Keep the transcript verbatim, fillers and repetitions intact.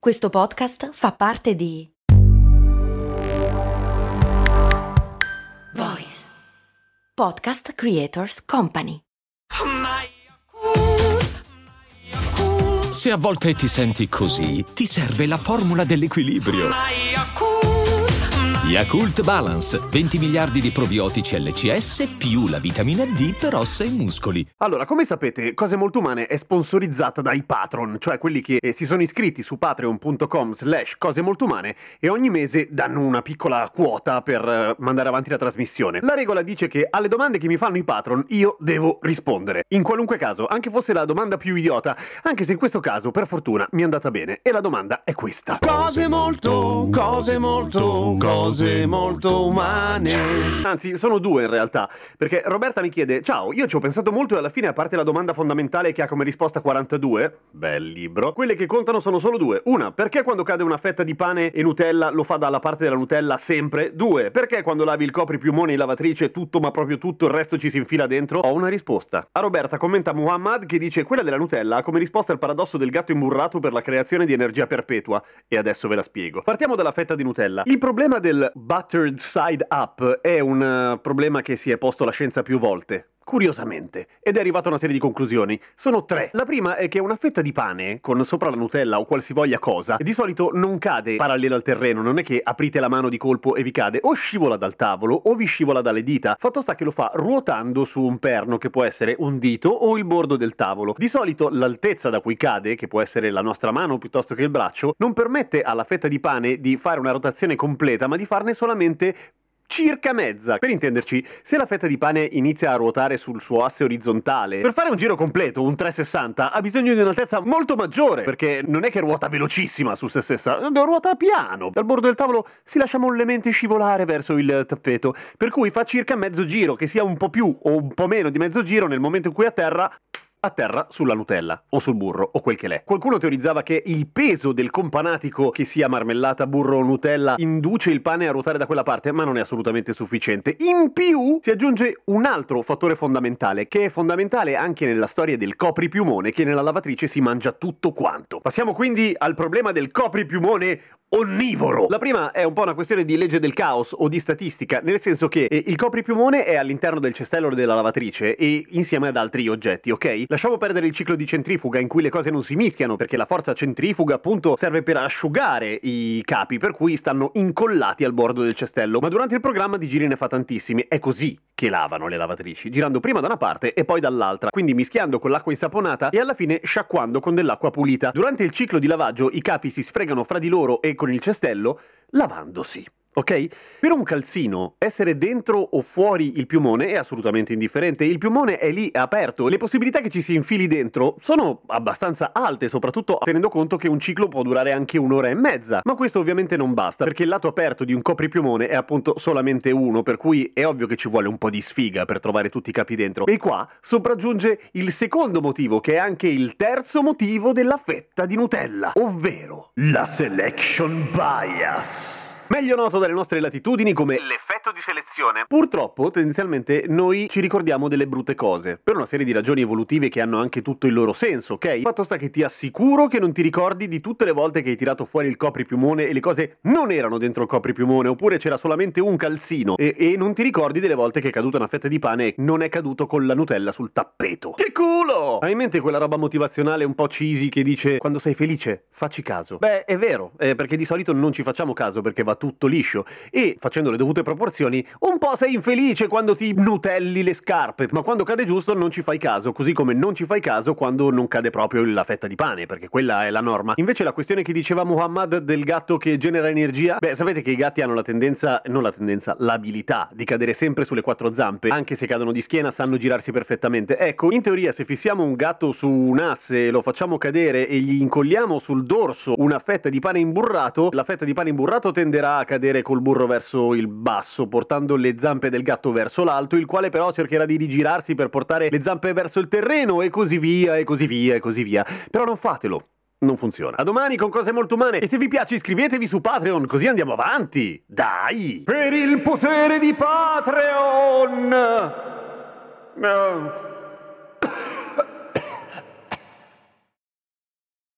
Questo podcast fa parte di Voice Podcast Creators Company. Se a volte ti senti così, ti serve la formula dell'equilibrio. Yakult Balance, venti miliardi di probiotici L C S più la vitamina D per ossa e muscoli. Allora, come sapete, Cose Molto Umane è sponsorizzata dai patron, cioè quelli che eh, si sono iscritti su patreon punto com slash cose molto umane e ogni mese danno una piccola quota per eh, mandare avanti la trasmissione. La regola dice che alle domande che mi fanno i patron io devo rispondere. In qualunque caso, anche fosse la domanda più idiota, anche se in questo caso, per fortuna, mi è andata bene. E la domanda è questa. Cose molto, cose molto, cose molto umane. Anzi, sono due in realtà, perché Roberta mi chiede: ciao, io ci ho pensato molto e alla fine, a parte la domanda fondamentale che ha come risposta quarantadue, bel libro, quelle che contano sono solo due. Una, perché quando cade una fetta di pane e Nutella lo fa dalla parte della Nutella sempre? Due, perché quando lavi il copripiumone in lavatrice tutto, ma proprio tutto il resto ci si infila dentro? Ho una risposta. A Roberta commenta Muhammad che dice: quella della Nutella ha come risposta il paradosso del gatto imburrato per la creazione di energia perpetua. E adesso ve la spiego. Partiamo dalla fetta di Nutella. Il problema del buttered side up è un uh, problema che si è posto la scienza più volte, curiosamente, ed è arrivata a una serie di conclusioni. Sono tre. La prima è che una fetta di pane con sopra la Nutella o qualsivoglia cosa di solito non cade parallela al terreno, non è che aprite la mano di colpo e vi cade, o scivola dal tavolo o vi scivola dalle dita. Fatto sta che lo fa ruotando su un perno che può essere un dito o il bordo del tavolo. Di solito l'altezza da cui cade, che può essere la nostra mano piuttosto che il braccio, non permette alla fetta di pane di fare una rotazione completa, ma di farne solamente circa mezza. Per intenderci, se la fetta di pane inizia a ruotare sul suo asse orizzontale, per fare un giro completo, un trecentosessanta, ha bisogno di un'altezza molto maggiore, perché non è che ruota velocissima su se stessa, ruota piano. Dal bordo del tavolo si lascia mollemente scivolare verso il tappeto, per cui fa circa mezzo giro, che sia un po' più o un po' meno di mezzo giro nel momento in cui atterra atterra sulla Nutella o sul burro o quel che l'è. Qualcuno teorizzava che il peso del companatico, che sia marmellata, burro o Nutella, induce il pane a ruotare da quella parte, ma non è assolutamente sufficiente. In più si aggiunge un altro fattore fondamentale, che è fondamentale anche nella storia del copripiumone, che nella lavatrice si mangia tutto quanto. Passiamo quindi al problema del copripiumone onnivoro. La prima è un po' una questione di legge del caos o di statistica, nel senso che eh, il copripiumone è all'interno del cestello della lavatrice e insieme ad altri oggetti, ok? Lasciamo perdere il ciclo di centrifuga in cui le cose non si mischiano, perché la forza centrifuga appunto serve per asciugare i capi, per cui stanno incollati al bordo del cestello, ma durante il programma di giri ne fa tantissimi. È così che lavano le lavatrici, girando prima da una parte e poi dall'altra, quindi mischiando con l'acqua insaponata e alla fine sciacquando con dell'acqua pulita. Durante il ciclo di lavaggio i capi si sfregano fra di loro e con il cestello, lavandosi. Ok? Per un calzino, essere dentro o fuori il piumone è assolutamente indifferente. Il piumone è lì, è aperto. Le possibilità che ci si infili dentro sono abbastanza alte, soprattutto tenendo conto che un ciclo può durare anche un'ora e mezza. Ma questo ovviamente non basta, perché il lato aperto di un copripiumone è appunto solamente uno, per cui è ovvio che ci vuole un po' di sfiga per trovare tutti i capi dentro. E qua sopraggiunge il secondo motivo, che è anche il terzo motivo della fetta di Nutella, ovvero la selection bias. Meglio noto dalle nostre latitudini come l'effetto di selezione. Purtroppo, tendenzialmente, noi ci ricordiamo delle brutte cose, per una serie di ragioni evolutive che hanno anche tutto il loro senso, ok? Fatto sta che ti assicuro che non ti ricordi di tutte le volte che hai tirato fuori il copripiumone e le cose non erano dentro il copripiumone, oppure c'era solamente un calzino, e, e non ti ricordi delle volte che è caduta una fetta di pane e non è caduto con la Nutella sul tappeto. Che culo! Hai in mente quella roba motivazionale un po' cheesy che dice: quando sei felice, facci caso? Beh, è vero, eh, perché di solito non ci facciamo caso perché va tutto liscio e, facendo le dovute proporzioni, un po' sei infelice quando ti nutelli le scarpe, ma quando cade giusto non ci fai caso, così come non ci fai caso quando non cade proprio la fetta di pane, perché quella è la norma. Invece la questione che diceva Muhammad del gatto che genera energia, beh, sapete che i gatti hanno la tendenza, non la tendenza, l'abilità di cadere sempre sulle quattro zampe, anche se cadono di schiena sanno girarsi perfettamente. Ecco, in teoria se fissiamo un gatto su un asse, lo facciamo cadere e gli incolliamo sul dorso una fetta di pane imburrato, la fetta di pane imburrato tenderà a cadere col burro verso il basso, portando le zampe del gatto verso l'alto, il quale però cercherà di rigirarsi per portare le zampe verso il terreno e così via e così via e così via. Però non fatelo, non funziona. A domani con Cose Molto Umane, e se vi piace iscrivetevi su Patreon, così andiamo avanti. Dai! Per il potere di Patreon! No.